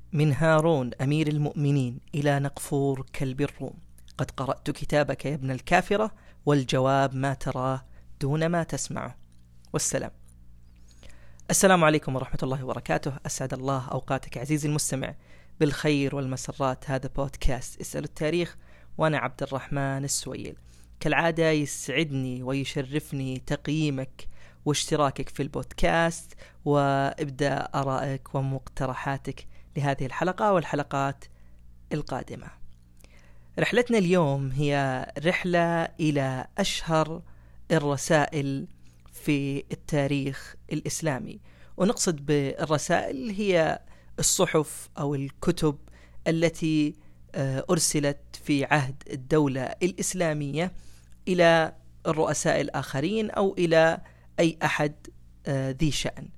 من هارون أمير المؤمنين إلى نقفور كلب الروم، قد قرأت كتابك يا ابن الكافرة، والجواب ما تراه دون ما تسمعه. والسلام. السلام عليكم ورحمة الله وبركاته. أسعد الله أوقاتك عزيزي المستمع بالخير والمسرات. هذا بودكاست اسأل التاريخ، وأنا عبد الرحمن السويل. كالعادة يسعدني ويشرفني تقييمك واشتراكك في البودكاست، وابدأ آرائك ومقترحاتك لهذه الحلقة والحلقات القادمة. رحلتنا اليوم هي رحلة إلى أشهر الرسائل في التاريخ الإسلامي، ونقصد بالرسائل هي الصحف أو الكتب التي أرسلت في عهد الدولة الإسلامية إلى الرؤساء الآخرين أو إلى أي أحد ذي شأن.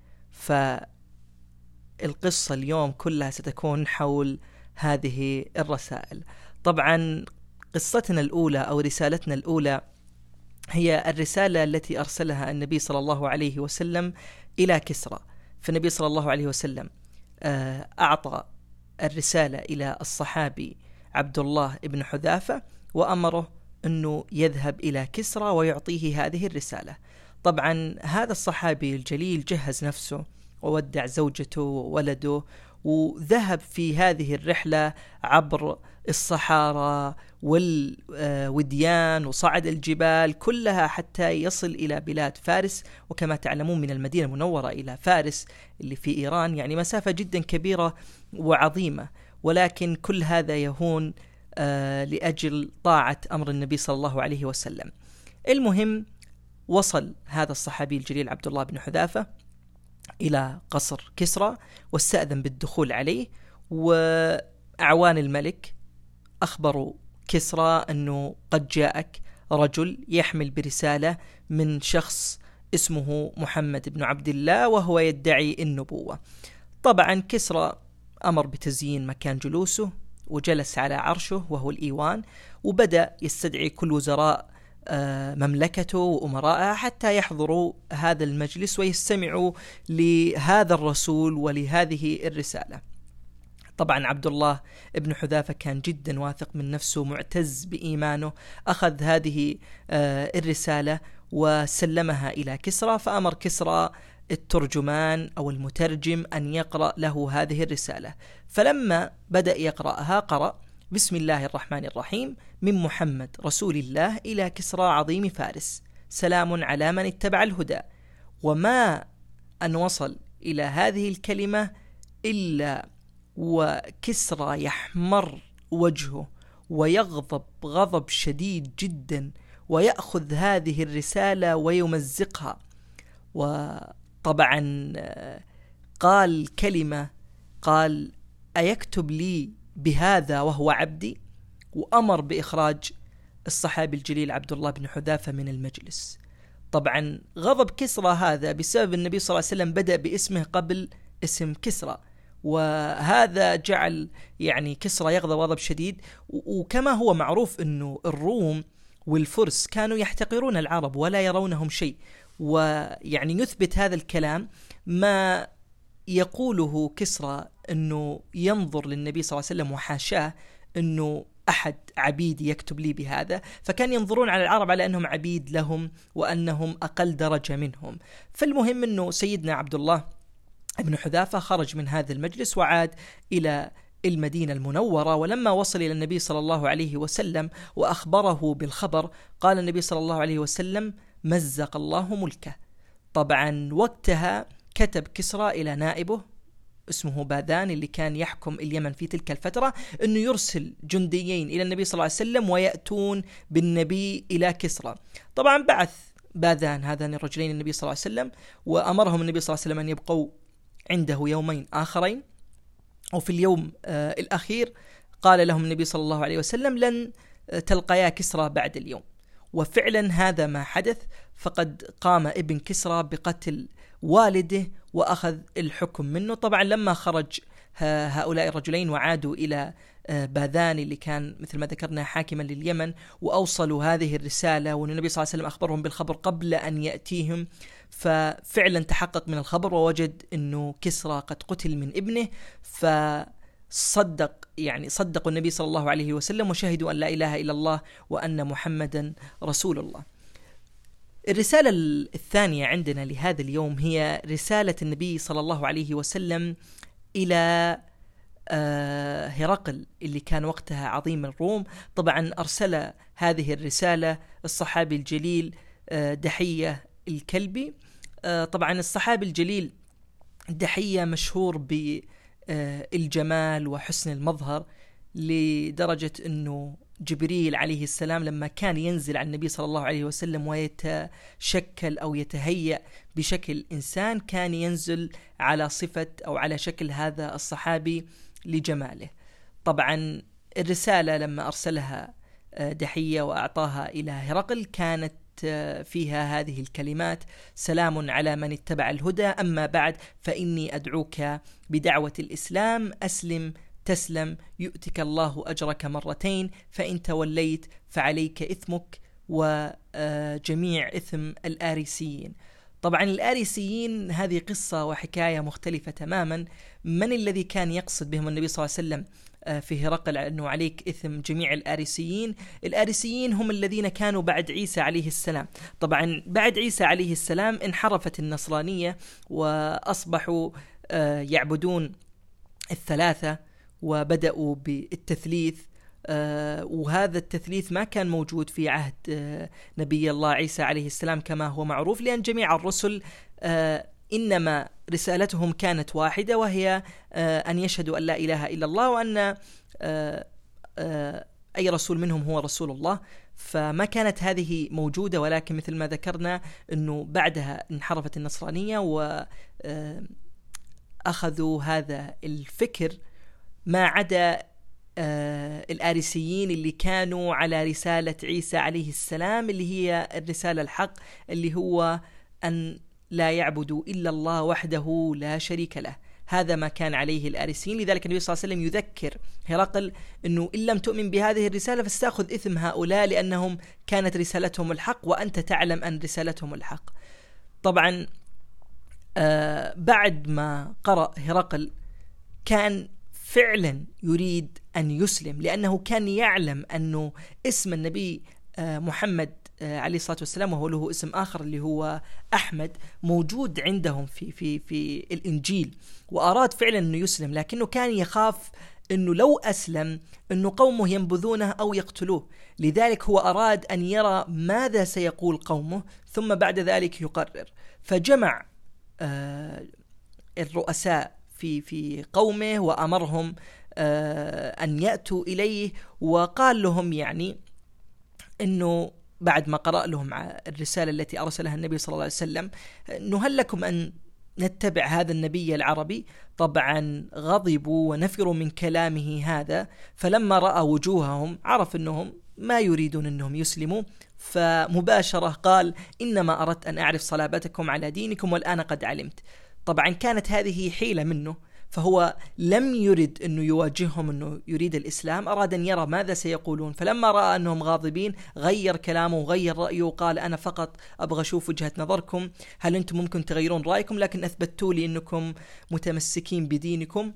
فالقصة اليوم كلها ستكون حول هذه الرسائل. طبعا قصتنا الأولى أو رسالتنا الأولى هي الرسالة التي أرسلها النبي صلى الله عليه وسلم إلى كسرى. فالنبي صلى الله عليه وسلم أعطى الرسالة إلى الصحابي عبد الله بن حذافة، وأمره أنه يذهب إلى كسرى ويعطيه هذه الرسالة. طبعا هذا الصحابي الجليل جهز نفسه وودع زوجته وولده، وذهب في هذه الرحلة عبر الصحارى والوديان، وصعد الجبال كلها حتى يصل إلى بلاد فارس. وكما تعلمون من المدينة المنورة إلى فارس اللي في إيران يعني مسافة جدا كبيرة وعظيمة، ولكن كل هذا يهون لأجل طاعة أمر النبي صلى الله عليه وسلم. المهم، وصل هذا الصحابي الجليل عبد الله بن حذافة إلى قصر كسرى واستأذن بالدخول عليه، وأعوان الملك أخبروا كسرى أنه قد جاءك رجل يحمل برسالة من شخص اسمه محمد بن عبد الله وهو يدعي النبوة. طبعا كسرى أمر بتزيين مكان جلوسه وجلس على عرشه وهو الإيوان، وبدأ يستدعي كل وزراء مملكته وأمراءها حتى يحضروا هذا المجلس ويستمعوا لهذا الرسول ولهذه الرسالة. طبعا عبد الله ابن حذافة كان جدا واثق من نفسه، معتز بإيمانه، أخذ هذه الرسالة وسلمها إلى كسرى، فأمر كسرى الترجمان أو المترجم أن يقرأ له هذه الرسالة. فلما بدأ يقرأها قرأ: بسم الله الرحمن الرحيم، من محمد رسول الله إلى كسرى عظيم فارس، سلام على من اتبع الهدى. وما أن وصل إلى هذه الكلمة إلا وكسرى يحمر وجهه ويغضب غضب شديد جدا، ويأخذ هذه الرسالة ويمزقها. وطبعا قال كلمة، قال: أيكتب لي بهذا وهو عبدي؟ وأمر بإخراج الصحابي الجليل عبد الله بن حذافة من المجلس. طبعا غضب كسرى هذا بسبب النبي صلى الله عليه وسلم بدأ باسمه قبل اسم كسرى، وهذا جعل يعني كسرى يغضب غضب شديد. وكما هو معروف أنه الروم والفرس كانوا يحتقرون العرب ولا يرونهم شيء، ويعني يثبت هذا الكلام ما يقوله كسرى أنه ينظر للنبي صلى الله عليه وسلم وحاشاه أنه أحد عبيد يكتب لي بهذا، فكان ينظرون على العرب على أنهم عبيد لهم وأنهم أقل درجة منهم. فالمهم أنه سيدنا عبد الله ابن حذافة خرج من هذا المجلس وعاد إلى المدينة المنورة. ولما وصل إلى النبي صلى الله عليه وسلم وأخبره بالخبر، قال النبي صلى الله عليه وسلم: مزق الله ملكه. طبعا وقتها كتب كسرى إلى نائبه اسمه باذان اللي كان يحكم اليمن في تلك الفترة أنه يرسل جنديين إلى النبي صلى الله عليه وسلم ويأتون بالنبي إلى كسرى. طبعا بعث باذان هذان الرجلين النبي صلى الله عليه وسلم، وأمرهم النبي صلى الله عليه وسلم أن يبقوا عنده يومين آخرين. وفي اليوم الأخير قال لهم النبي صلى الله عليه وسلم: لن تلقيا كسرى بعد اليوم. وفعلا هذا ما حدث، فقد قام ابن كسرى بقتل والده وأخذ الحكم منه. طبعا لما خرج هؤلاء الرجلين وعادوا إلى باذان اللي كان مثل ما ذكرنا حاكما لليمن، وأوصلوا هذه الرسالة، وأن النبي صلى الله عليه وسلم أخبرهم بالخبر قبل أن يأتيهم، ففعلا تحقق من الخبر ووجد أنه كسرى قد قتل من ابنه. صدقوا النبي صلى الله عليه وسلم وشهدوا أن لا إله إلا الله وأن محمدا رسول الله. الرسالة الثانية عندنا لهذا اليوم هي رسالة النبي صلى الله عليه وسلم إلى هرقل اللي كان وقتها عظيم الروم. طبعا أرسل هذه الرسالة الصحابي الجليل دحية الكلبي. طبعا الصحابي الجليل دحية مشهور بالجمال وحسن المظهر، لدرجة أنه جبريل عليه السلام لما كان ينزل على النبي صلى الله عليه وسلم ويتشكل أو يتهيأ بشكل إنسان، كان ينزل على صفة أو على شكل هذا الصحابي لجماله. طبعا الرسالة لما أرسلها دحية وأعطاها إلى هرقل كانت فيها هذه الكلمات: سلام على من اتبع الهدى، أما بعد فإني أدعوك بدعوة الإسلام، أسلم تسلم يؤتك الله أجرك مرتين، فإن توليت فعليك إثمك وجميع إثم الآريسيين. طبعا الآريسيين هذه قصة وحكاية مختلفة تماما. من الذي كان يقصد بهم النبي صلى الله عليه وسلم في هرقل أنه عليك إثم جميع الآريسيين؟ الآريسيين هم الذين كانوا بعد عيسى عليه السلام. طبعا بعد عيسى عليه السلام انحرفت النصرانية وأصبحوا يعبدون الثلاثة وبدأوا بالتثليث، وهذا التثليث ما كان موجود في عهد نبي الله عيسى عليه السلام كما هو معروف، لأن جميع الرسل إنما رسالتهم كانت واحدة، وهي أن يشهدوا أن لا إله إلا الله وأن أي رسول منهم هو رسول الله. فما كانت هذه موجودة، ولكن مثل ما ذكرنا أنه بعدها انحرفت النصرانية وأخذوا هذا الفكر، ما عدا الآريسيين اللي كانوا على رسالة عيسى عليه السلام، اللي هي الرسالة الحق، اللي هو أن لا يعبدوا إلا الله وحده لا شريك له. هذا ما كان عليه الآريسيين. لذلك النبي صلى الله عليه وسلم يذكر هرقل أنه إن لم تؤمن بهذه الرسالة فاستأخذ إثم هؤلاء، لأنهم كانت رسالتهم الحق وأنت تعلم أن رسالتهم الحق. طبعا بعد ما قرأ هرقل كان فعلا يريد أن يسلم، لأنه كان يعلم أنه اسم النبي محمد عليه الصلاة والسلام، وهو له اسم آخر اللي هو أحمد، موجود عندهم في الإنجيل، وأراد فعلا أنه يسلم، لكنه كان يخاف أنه لو أسلم أنه قومه ينبذونه أو يقتلوه. لذلك هو أراد أن يرى ماذا سيقول قومه ثم بعد ذلك يقرر. فجمع الرؤساء في قومه وأمرهم أن يأتوا إليه، وقال لهم يعني أنه بعد ما قرأ لهم الرسالة التي أرسلها النبي صلى الله عليه وسلم، أنه هل لكم أن نتبع هذا النبي العربي؟ طبعا غضبوا ونفروا من كلامه هذا، فلما رأى وجوههم عرف أنهم ما يريدون أنهم يسلموا، فمباشرة قال: إنما أردت أن أعرف صلابتكم على دينكم والآن قد علمت. طبعا كانت هذه حيلة منه، فهو لم يرد أنه يواجههم أنه يريد الإسلام، أراد أن يرى ماذا سيقولون. فلما رأى أنهم غاضبين غير كلامه وغير رأيه وقال: أنا فقط أبغى أشوف وجهة نظركم، هل أنتم ممكن تغيرون رأيكم؟ لكن أثبتوا لي أنكم متمسكين بدينكم.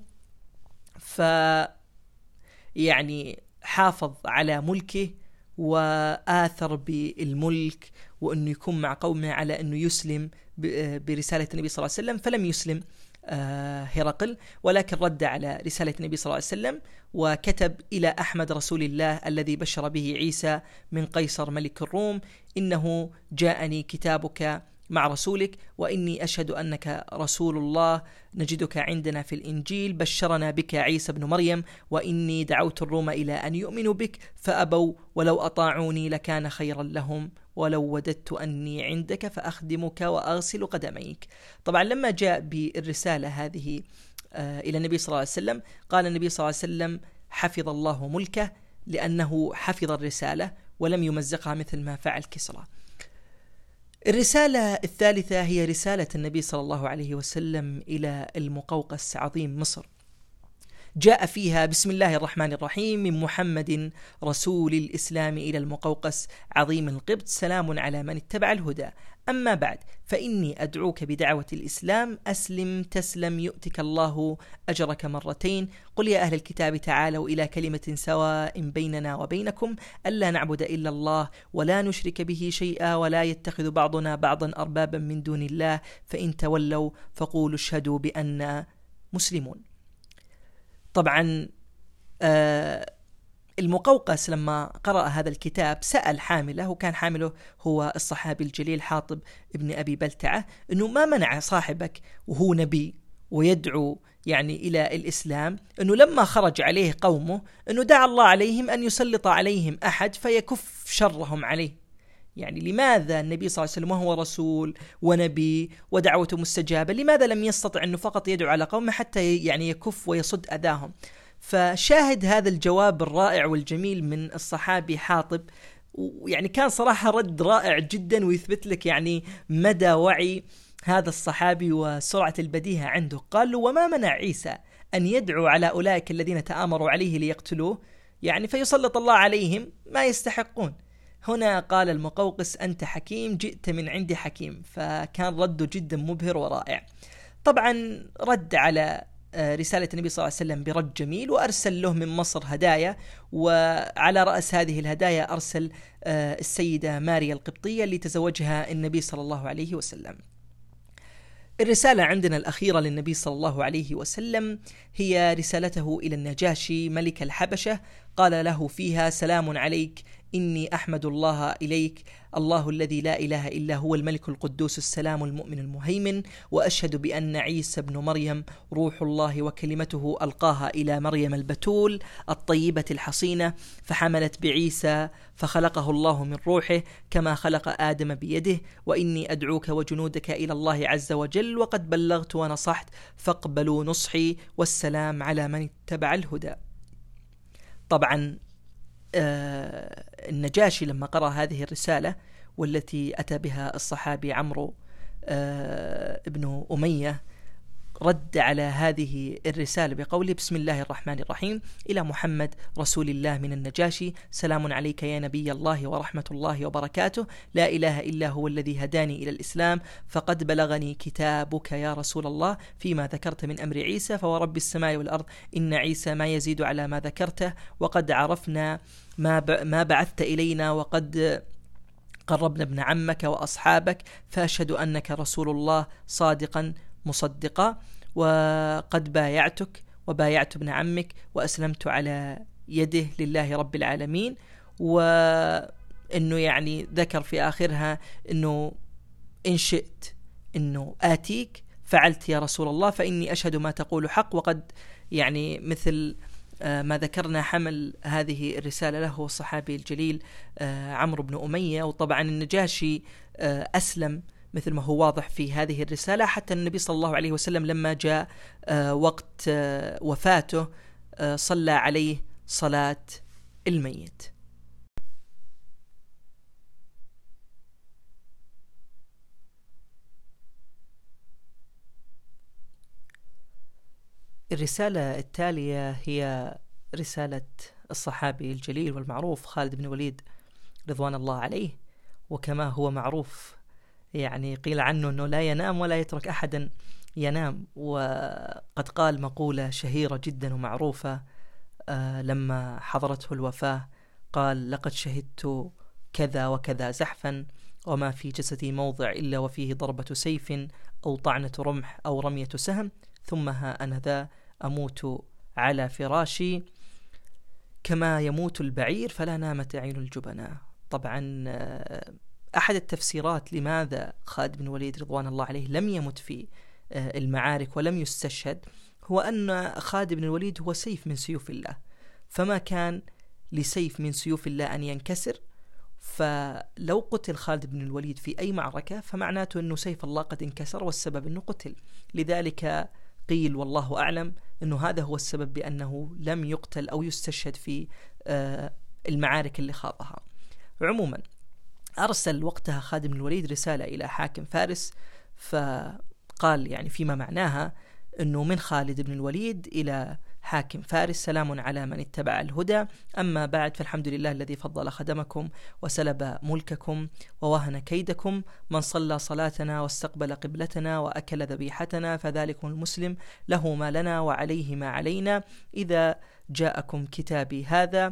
يعني حافظ على ملكه وآثر بالملك وأنه يكون مع قومه على أنه يسلم برسالة النبي صلى الله عليه وسلم. فلم يسلم هرقل، ولكن رد على رسالة النبي صلى الله عليه وسلم وكتب إلى أحمد رسول الله الذي بشر به عيسى من قيصر ملك الروم: إنه جاءني كتابك مع رسولك، وإني أشهد أنك رسول الله، نجدك عندنا في الإنجيل، بشرنا بك عيسى بن مريم، وإني دعوت الروم إلى أن يؤمنوا بك فأبوا، ولو أطاعوني لكان خيرا لهم، ولو وددت أني عندك فأخدمك وأغسل قدميك. طبعا لما جاء بالرسالة هذه إلى النبي صلى الله عليه وسلم، قال النبي صلى الله عليه وسلم: حفظ الله ملكه، لأنه حفظ الرسالة ولم يمزقها مثل ما فعل كسرى. الرسالة الثالثة هي رسالة النبي صلى الله عليه وسلم إلى المقوقس عظيم مصر. جاء فيها: بسم الله الرحمن الرحيم، من محمد رسول الإسلام إلى المقوقس عظيم القبط، سلام على من اتبع الهدى. أما بعد، فإني أدعوك بدعوة الإسلام، أسلم تسلم يؤتك الله أجرك مرتين. قل يا أهل الكتاب تعالوا إلى كلمة سواء بيننا وبينكم ألا نعبد إلا الله ولا نشرك به شيئا ولا يتخذ بعضنا بعضا أربابا من دون الله، فإن تولوا فقولوا اشهدوا بأننا مسلمون. طبعا المقوقس لما قرأ هذا الكتاب سأل حامله، وكان حامله هو الصحابي الجليل حاطب ابن أبي بلتعة، أنه ما منع صاحبك وهو نبي ويدعو يعني إلى الإسلام، أنه لما خرج عليه قومه أنه دعا الله عليهم أن يسلط عليهم أحد فيكف شرهم عليه. يعني لماذا النبي صلى الله عليه وسلم وهو رسول ونبي ودعوته مستجابة، لماذا لم يستطع أنه فقط يدعو على قومه حتى يعني يكف ويصد أذاهم؟ فشاهد هذا الجواب الرائع والجميل من الصحابي حاطب، ويعني كان صراحة رد رائع جدا، ويثبت لك يعني مدى وعي هذا الصحابي وسرعة البديهة عنده. قال له: وما منع عيسى أن يدعو على أولئك الذين تآمروا عليه ليقتلوه، يعني فيسلط الله عليهم ما يستحقون. هنا قال المقوقس: أنت حكيم، جئت من عند حكيم. فكان رده جدا مبهر ورائع. طبعا رد على رسالة النبي صلى الله عليه وسلم برد جميل، وأرسل له من مصر هدايا، وعلى رأس هذه الهدايا أرسل السيدة ماريا القبطية اللي تزوجها النبي صلى الله عليه وسلم. الرسالة عندنا الأخيرة للنبي صلى الله عليه وسلم هي رسالته إلى النجاشي ملك الحبشة. قال له فيها: سلام عليك، إني أحمد الله إليك، الله الذي لا إله إلا هو الملك القدوس السلام المؤمن المهيمن، وأشهد بأن عيسى ابن مريم روح الله وكلمته ألقاها إلى مريم البتول الطيبة الحصينة، فحملت بعيسى فخلقه الله من روحه كما خلق آدم بيده، وإني أدعوك وجنودك إلى الله عز وجل، وقد بلغت ونصحت، فاقبلوا نصحي، والسلام على من اتبع الهدى. طبعا النجاشي لما قرأ هذه الرسالة والتي أتى بها الصحابي عمرو ابن أمية، رد على هذه الرسالة بقوله: بسم الله الرحمن الرحيم، إلى محمد رسول الله من النجاشي، سلام عليك يا نبي الله ورحمة الله وبركاته، لا إله إلا هو الذي هداني إلى الإسلام، فقد بلغني كتابك يا رسول الله فيما ذكرت من أمر عيسى، فورب السماء والأرض إن عيسى ما يزيد على ما ذكرته، وقد عرفنا ما بعثت إلينا، وقد قربنا ابن عمك وأصحابك، فأشهد أنك رسول الله صادقا مصدقا، وقد بايعتك وبايعت ابن عمك وأسلمت على يده لله رب العالمين. وإنه يعني ذكر في آخرها إنه إن شئت إنه آتيك فعلت يا رسول الله، فإني أشهد ما تقول حق. وقد يعني مثل ما ذكرنا حمل هذه الرسالة له الصحابي الجليل عمرو بن أمية. وطبعا النجاشي أسلم مثل ما هو واضح في هذه الرسالة، حتى النبي صلى الله عليه وسلم لما جاء وقت وفاته صلى عليه صلاة الميت. الرسالة التالية هي رسالة الصحابي الجليل والمعروف خالد بن الوليد رضوان الله عليه. وكما هو معروف يعني قيل عنه أنه لا ينام ولا يترك أحدا ينام، وقد قال مقولة شهيرة جدا ومعروفة لما حضرته الوفاة، قال: لقد شهدت كذا وكذا زحفا، وما في جسدي موضع إلا وفيه ضربة سيف أو طعنة رمح أو رمية سهم، ثم ها أنا ذا أموت على فراشي كما يموت البعير فلا نامت عين الجبناء. طبعا أحد التفسيرات لماذا خالد بن الوليد رضوان الله عليه لم يمت في المعارك ولم يستشهد هو أن خالد بن الوليد هو سيف من سيوف الله، فما كان لسيف من سيوف الله أن ينكسر، فلو قتل خالد بن الوليد في أي معركة فمعناته أنه سيف الله قد انكسر والسبب أنه قتل. لذلك قيل والله أعلم أنه هذا هو السبب بأنه لم يقتل أو يستشهد في المعارك اللي خاضها. عموما أرسل وقتها خالد بن الوليد رسالة إلى حاكم فارس، فقال يعني فيما معناها أنه من خالد بن الوليد إلى حاكم فارس: سلام على من اتبع الهدى، أما بعد، فالحمد لله الذي فضل خدمكم وسلب ملككم ووهن كيدكم، من صلى صلاتنا واستقبل قبلتنا وأكل ذبيحتنا فذلكم المسلم، له ما لنا وعليه ما علينا. إذا جاءكم كتابي هذا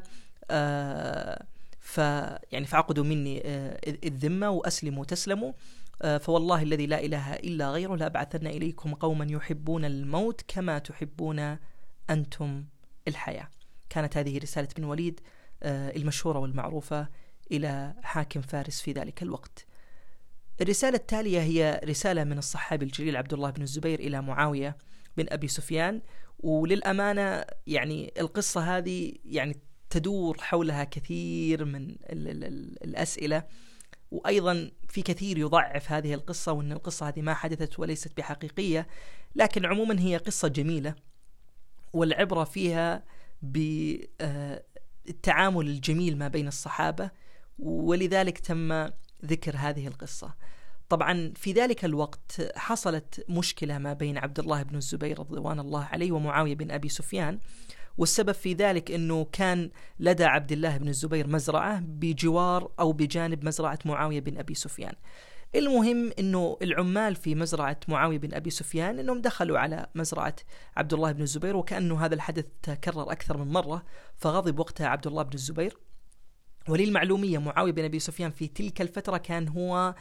فعقدوا مني الذمة وأسلموا تسلموا، فوالله الذي لا إله إلا غيره لأبعثن إليكم قوما يحبون الموت كما تحبون أنتم الحياة. كانت هذه رسالة ابن الوليد المشهورة والمعروفة إلى حاكم فارس في ذلك الوقت. الرسالة التالية هي رسالة من الصحابي الجليل عبد الله بن الزبير إلى معاوية بن أبي سفيان، وللأمانة يعني القصة هذه يعني تدور حولها كثير من الأسئلة، وأيضا في كثير يضعف هذه القصة وأن القصة هذه ما حدثت وليست بحقيقية، لكن عموما هي قصة جميلة والعبرة فيها بالتعامل الجميل ما بين الصحابة، ولذلك تم ذكر هذه القصة. طبعا في ذلك الوقت حصلت مشكلة ما بين عبد الله بن الزبير رضوان الله عليه ومعاوية بن أبي سفيان، والسبب في ذلك أنه كان لدى عبد الله بن الزبير مزرعة بجوار أو بجانب مزرعة معاوية بن أبي سفيان. المهم أنه العمال في مزرعة معاوية بن أبي سفيان أنهم دخلوا على مزرعة عبد الله بن الزبير، وكأنه هذا الحدث تكرر أكثر من مرة، فغضب وقتها عبد الله بن الزبير. وللمعلومية معاوية بن أبي سفيان في تلك الفترة كان هو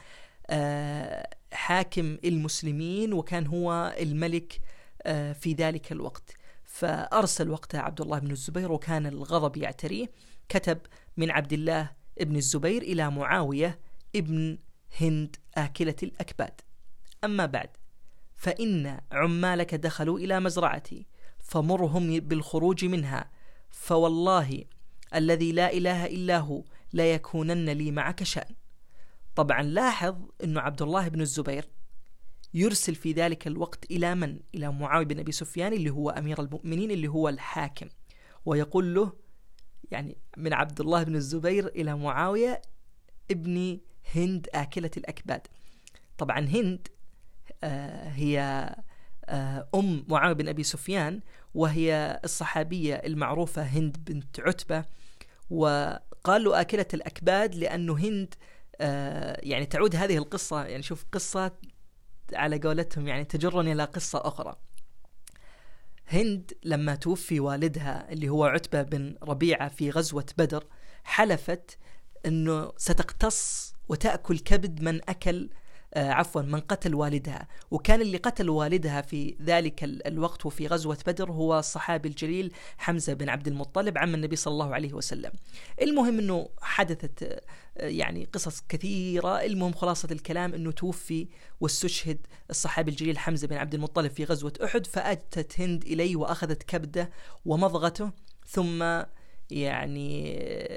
حاكم المسلمين وكان هو الملك في ذلك الوقت، فأرسل وقتها عبد الله بن الزبير وكان الغضب يعتريه، كتب من عبد الله بن الزبير إلى معاوية ابن هند آكلة الأكباد: أما بعد، فإن عمالك دخلوا إلى مزرعتي فمرهم بالخروج منها، فوالله الذي لا إله إلا هو لا يكونن لي معك شأن. طبعا لاحظ أنه عبد الله بن الزبير يرسل في ذلك الوقت إلى من؟ إلى معاوية بن أبي سفيان اللي هو أمير المؤمنين اللي هو الحاكم، ويقول له يعني من عبد الله بن الزبير إلى معاوية ابن هند آكلة الأكباد. طبعا هند هي أم معاوية بن أبي سفيان، وهي الصحابية المعروفة هند بنت عتبة، وقال له آكلة الأكباد لأنه هند يعني تعود هذه القصة، يعني شوف قصة على قولتهم يعني تجرني إلى قصة أخرى. هند لما توفي والدها اللي هو عتبة بن ربيعة في غزوة بدر، حلفت أنه ستقتص وتأكل كبد من قتل والدها، وكان اللي قتل والدها في ذلك الوقت وفي غزوة بدر هو الصحابي الجليل حمزة بن عبد المطلب عم النبي صلى الله عليه وسلم. المهم أنه حدثت يعني قصص كثيرة. المهم خلاصة الكلام أنه توفي واستشهد الصحابي الجليل حمزة بن عبد المطلب في غزوة أحد، فأتت هند إليه وأخذت كبده ومضغته، ثم يعني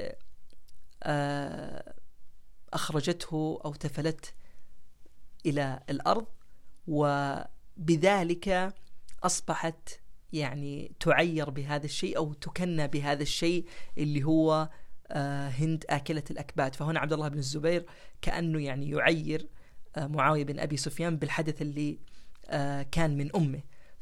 أخرجته أو تفلت إلى الأرض، وبذلك أصبحت يعني تعير بهذا الشيء أو تكنى بهذا الشيء اللي هو هند آكلة الأكباد. فهنا عبد الله بن الزبير كأنه يعني يعير معاوية بن أبي سفيان بالحدث اللي كان من أمه.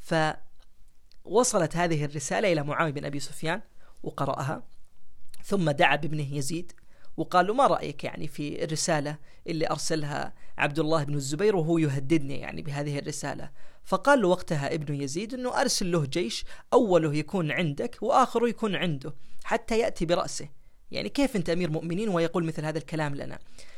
فوصلت هذه الرسالة إلى معاوية بن أبي سفيان وقرأها، ثم دعا بابنه يزيد وقال له: ما رأيك يعني في الرسالة اللي أرسلها عبد الله بن الزبير وهو يهددني يعني بهذه الرسالة؟ فقال له وقتها ابن يزيد أنه أرسل له جيش، أوله يكون عندك وآخره يكون عنده حتى يأتي برأسه، يعني كيف أنت أمير مؤمنين ويقول مثل هذا الكلام لنا؟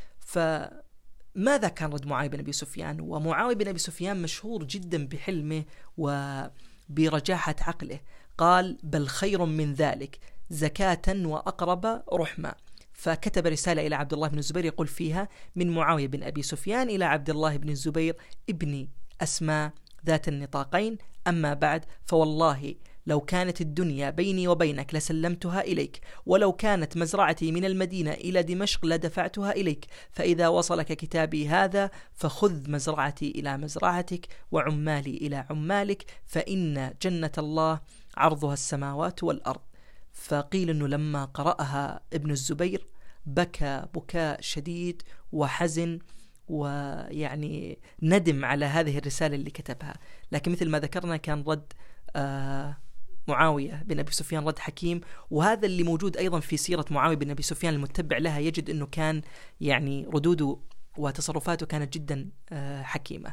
فماذا كان رد معاوية بن أبي سفيان؟ ومعاوية بن أبي سفيان مشهور جدا بحلمه وبرجاحة عقله. قال: بل خير من ذلك زكاة وأقرب رحمة. فكتب رسالة إلى عبد الله بن الزبير يقول فيها: من معاوية بن أبي سفيان إلى عبد الله بن الزبير ابن أسماء ذات النطاقين، أما بعد، فوالله لو كانت الدنيا بيني وبينك لسلمتها إليك، ولو كانت مزرعتي من المدينة إلى دمشق لدفعتها إليك، فإذا وصلك كتابي هذا فخذ مزرعتي إلى مزرعتك وعمالي إلى عمالك، فإن جنة الله عرضها السماوات والأرض. فقيل أنه لما قرأها ابن الزبير بكى بكاء شديد وحزن ويعني ندم على هذه الرسالة اللي كتبها. لكن مثل ما ذكرنا كان رد معاوية بن أبي سفيان رد حكيم، وهذا اللي موجود أيضا في سيرة معاوية بن أبي سفيان المتبع لها، يجد أنه كان يعني ردوده وتصرفاته كانت جدا حكيمة.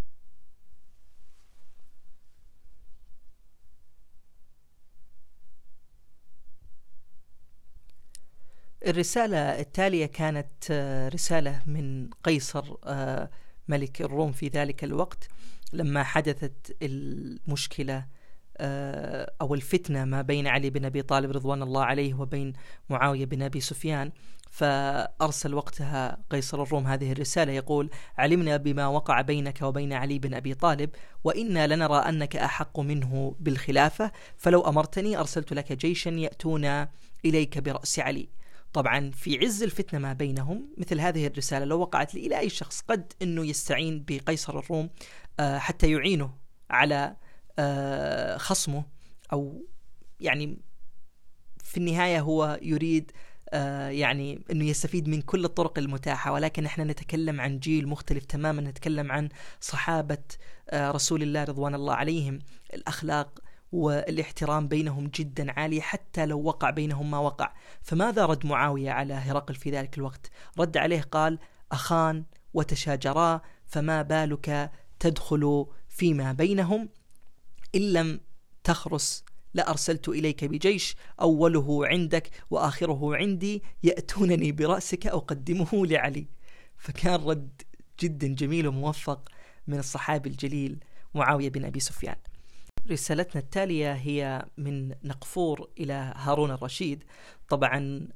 الرسالة التالية كانت رسالة من قيصر ملك الروم في ذلك الوقت، لما حدثت المشكلة أو الفتنة ما بين علي بن أبي طالب رضوان الله عليه وبين معاوية بن أبي سفيان. فأرسل وقتها قيصر الروم هذه الرسالة يقول: علمنا بما وقع بينك وبين علي بن أبي طالب، وإنا لنرى أنك أحق منه بالخلافة، فلو أمرتني أرسلت لك جيشا يأتون إليك برأس علي. طبعا في عز الفتنة ما بينهم مثل هذه الرسالة لو وقعت لي إلى أي شخص قد أنه يستعين بقيصر الروم حتى يعينه على خصمه، أو يعني في النهاية هو يريد يعني أنه يستفيد من كل الطرق المتاحة. ولكن احنا نتكلم عن جيل مختلف تماما، نتكلم عن صحابة رسول الله رضوان الله عليهم، الأخلاق والاحترام بينهم جدا عالي حتى لو وقع بينهم ما وقع. فماذا رد معاوية على هرقل في ذلك الوقت؟ رد عليه قال: أخان وتشاجرا، فما بالك تدخل فيما بينهم؟ إن لم تخرس لأرسلت إليك بجيش أوله عندك وآخره عندي، يأتونني برأسك أقدمه لعلي. فكان رد جدا جميل وموفق من الصحابي الجليل معاوية بن أبي سفيان. رسالتنا التالية هي من نقفور إلى هارون الرشيد. طبعا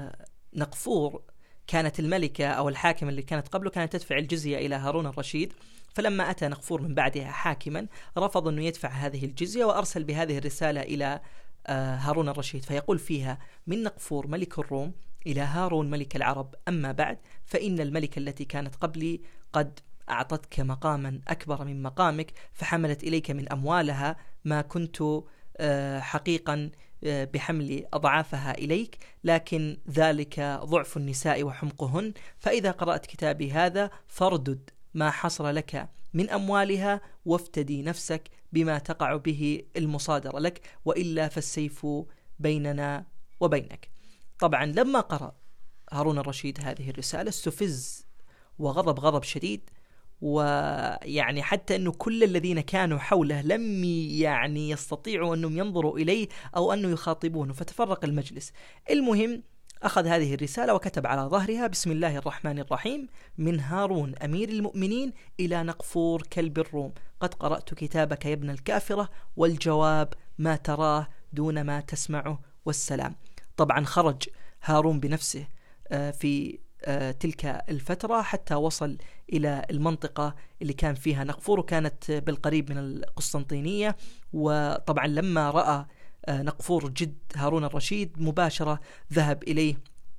نقفور كانت الملكة أو الحاكم اللي كانت قبله كانت تدفع الجزية إلى هارون الرشيد، فلما أتى نقفور من بعدها حاكما رفض أنه يدفع هذه الجزية، وأرسل بهذه الرسالة إلى هارون الرشيد، فيقول فيها: من نقفور ملك الروم إلى هارون ملك العرب، أما بعد فإن الملكة التي كانت قبلي قد أعطتك مقاما أكبر من مقامك، فحملت إليك من أموالها ما كنت حقيقا بحمل أضعافها إليك، لكن ذلك ضعف النساء وحمقهن، فإذا قرأت كتابي هذا فاردد ما حصل لك من أموالها، وافتدي نفسك بما تقع به المصادرة لك، وإلا فالسيف بيننا وبينك. طبعا لما قرأ هارون الرشيد هذه الرسالة استفز وغضب غضب شديد، ويعني حتى أنه كل الذين كانوا حوله لم يعني يستطيعوا أنهم ينظروا إليه أو أنه يخاطبونه، فتفرق المجلس. المهم أخذ هذه الرسالة وكتب على ظهرها: بسم الله الرحمن الرحيم، من هارون أمير المؤمنين إلى نقفور كلب الروم، قد قرأت كتابك يا ابن الكافرة، والجواب ما تراه دون ما تسمعه، والسلام. طبعا خرج هارون بنفسه في تلك الفترة حتى وصل إلى المنطقة اللي كان فيها نقفور، وكانت بالقريب من القسطنطينية. وطبعا لما رأى نقفور جد هارون الرشيد مباشرة ذهب إليه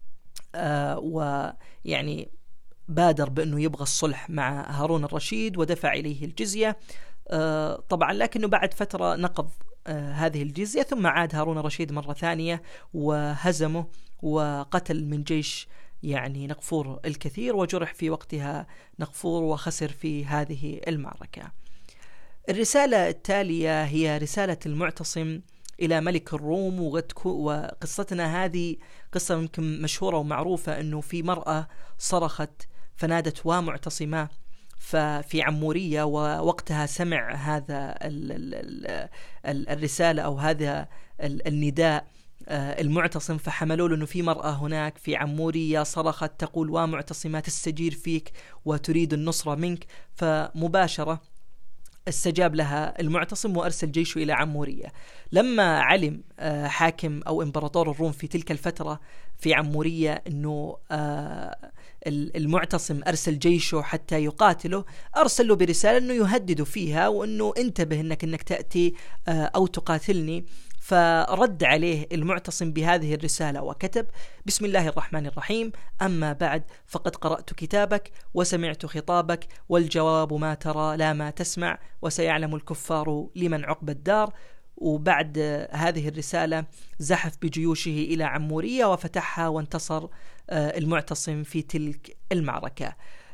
ويعني بادر بأنه يبغى الصلح مع هارون الرشيد ودفع إليه الجزية. طبعا لكنه بعد فترة نقض هذه الجزية، ثم عاد هارون الرشيد مرة ثانية وهزمه وقتل من جيش يعني نقفور الكثير، وجرح في وقتها نقفور وخسر في هذه المعركة. الرسالة التالية هي رسالة المعتصم إلى ملك الروم، وقصتنا هذه قصة يمكن مشهورة ومعروفة، أنه في مرأة صرخت فنادت ومعتصمة ففي عمورية، ووقتها سمع هذا الرسالة أو هذا النداء المعتصم، فحملوا له أنه في مرأة هناك في عمورية صرخت تقول ومعتصمة تستجير فيك وتريد النصرة منك، فمباشرة استجاب لها المعتصم وأرسل جيشه إلى عمورية. لما علم حاكم أو إمبراطور الروم في تلك الفترة في عمورية أنه المعتصم أرسل جيشه حتى يقاتله، أرسل له برسالة أنه يهدد فيها وأنه انتبه أنك تأتي أو تقاتلني. فرد عليه المعتصم بهذه الرسالة وكتب: بسم الله الرحمن الرحيم، أما بعد فقد قرأت كتابك وسمعت خطابك، والجواب ما ترى لا ما تسمع، وسيعلم الكفار لمن عقب الدار. وبعد هذه الرسالة زحف بجيوشه إلى عمورية وفتحها، وانتصر المعتصم في تلك المعركة.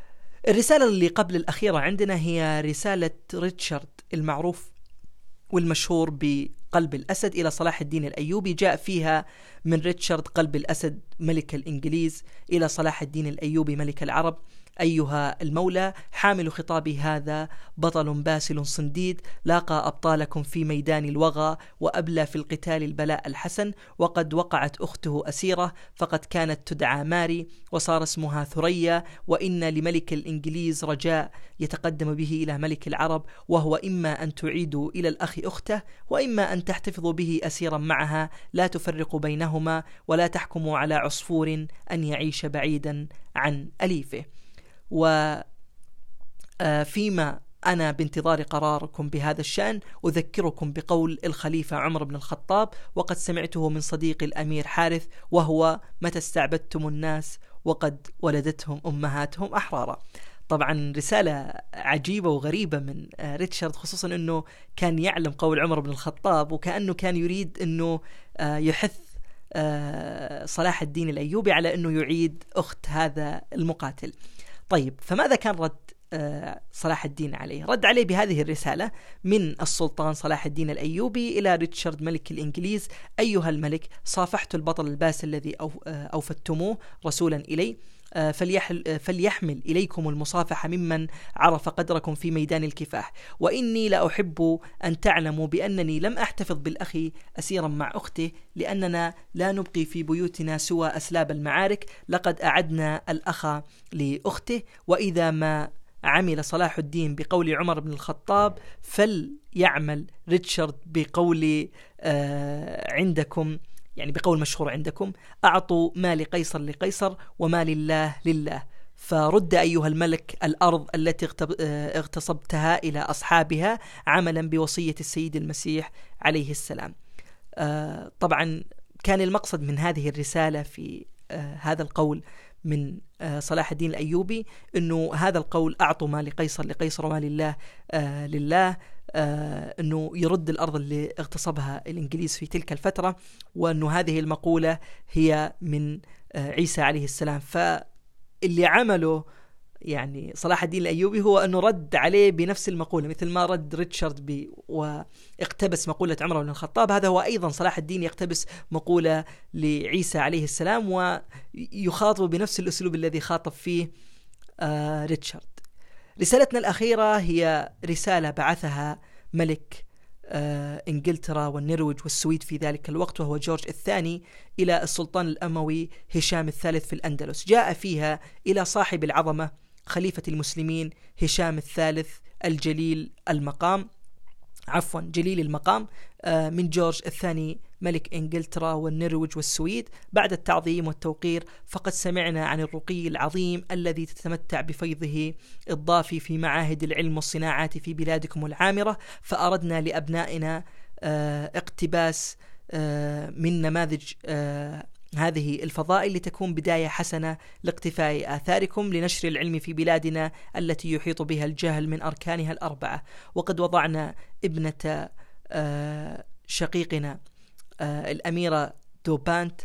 الرسالة اللي قبل الأخيرة عندنا هي رسالة ريتشارد المعروف والمشهور بقلب الأسد إلى صلاح الدين الأيوبي. جاء فيها من ريتشارد قلب الأسد ملك الإنجليز إلى صلاح الدين الأيوبي ملك العرب: أيها المولى، حامل خطابي هذا بطل باسل صنديد، لاقى أبطالكم في ميدان الوغى وأبلى في القتال البلاء الحسن، وقد وقعت أخته أسيرة، فقد كانت تدعى ماري وصار اسمها ثريا، وإن لملك الإنجليز رجاء يتقدم به إلى ملك العرب، وهو إما أن تعيدوا إلى الأخ أخته، وإما أن تحتفظوا به أسيرا معها، لا تفرقوا بينهما، ولا تحكموا على عصفور أن يعيش بعيدا عن أليفه. وفيما أنا بانتظار قراركم بهذا الشأن أذكركم بقول الخليفة عمر بن الخطاب، وقد سمعته من صديق الأمير حارث، وهو: متى استعبدتم الناس وقد ولدتهم أمهاتهم أحرارا. طبعا رسالة عجيبة وغريبة من ريتشارد، خصوصا أنه كان يعلم قول عمر بن الخطاب، وكأنه كان يريد أنه يحث صلاح الدين الأيوبي على أنه يعيد أخت هذا المقاتل. طيب، فماذا كان رد صلاح الدين عليه؟ رد عليه بهذه الرسالة من السلطان صلاح الدين الأيوبي إلى ريتشارد ملك الإنجليز: أيها الملك، صافحت البطل الباسل الذي أوفدتموه رسولا إلي، فليحمل إليكم المصافحة ممن عرف قدركم في ميدان الكفاح، وإني لا أحب أن تعلموا بأنني لم أحتفظ بالأخ أسيرا مع أخته، لأننا لا نبقي في بيوتنا سوى أسلاب المعارك، لقد أعدنا الأخ لأخته، وإذا ما عمل صلاح الدين بقول عمر بن الخطاب فليعمل ريتشارد بقول عندكم، يعني بقول مشهور عندكم: أعطوا ما لقيصر لقيصر وما لله لله، فرد أيها الملك الأرض التي اغتصبتها إلى أصحابها عملا بوصية السيد المسيح عليه السلام. طبعا كان المقصد من هذه الرسالة في هذا القول من صلاح الدين الأيوبي أنه هذا القول: أعطوا ما لقيصر لقيصر وما لله لله، أنه يرد الأرض اللي اغتصبها الإنجليز في تلك الفترة، وأنه هذه المقولة هي من عيسى عليه السلام. فاللي عمله يعني صلاح الدين الأيوبي هو أنه رد عليه بنفس المقولة، مثل ما رد ريتشارد واقتبس مقولة عمر بن الخطاب. هذا هو أيضا صلاح الدين يقتبس مقولة لعيسى عليه السلام ويخاطب بنفس الأسلوب الذي خاطب فيه ريتشارد. رسالتنا الأخيرة هي رسالة بعثها ملك إنجلترا والنرويج والسويد في ذلك الوقت، وهو جورج الثاني، إلى السلطان الأموي هشام الثالث في الأندلس. جاء فيها إلى صاحب العظمة خليفة المسلمين هشام الثالث الجليل المقام، جليل المقام، من جورج الثاني ملك إنجلترا والنرويج والسويد: بعد التعظيم والتوقير، فقد سمعنا عن الرقي العظيم الذي تتمتع بفيضه الضافي في معاهد العلم والصناعات في بلادكم العامرة، فأردنا لأبنائنا اقتباس من نماذج هذه الفضائل لتكون بداية حسنة لاقتفاء آثاركم لنشر العلم في بلادنا التي يحيط بها الجهل من أركانها الأربعة. وقد وضعنا ابنة شقيقنا الأميرة دوبانت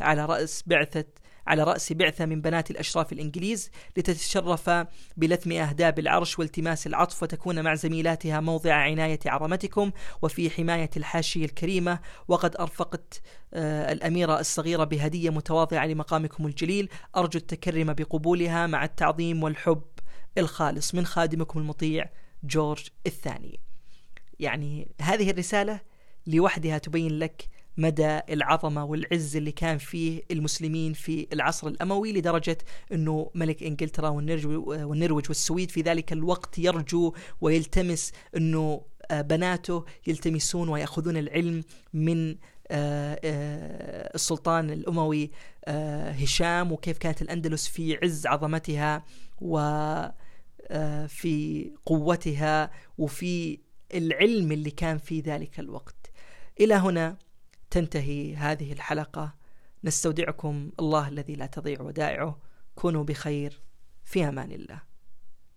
على رأس بعثة من بنات الأشراف الإنجليز لتتشرف بلثم أهداب العرش والتماس العطف، وتكون مع زميلاتها موضع عناية عظمتكم وفي حماية الحاشية الكريمة. وقد أرفقت الأميرة الصغيرة بهدية متواضعة لمقامكم الجليل، أرجو التكرم بقبولها مع التعظيم والحب الخالص من خادمكم المطيع جورج الثاني. يعني هذه الرسالة لوحدها تبين لك مدى العظمة والعز اللي كان فيه المسلمين في العصر الأموي، لدرجة أنه ملك إنجلترا والنرويج والسويد في ذلك الوقت يرجو ويلتمس أنه بناته يلتمسون ويأخذون العلم من السلطان الأموي هشام، وكيف كانت الأندلس في عز عظمتها وفي قوتها وفي العلم اللي كان في ذلك الوقت. إلى هنا تنتهي هذه الحلقة، نستودعكم الله الذي لا تضيع ودائعه. كونوا بخير، في أمان الله.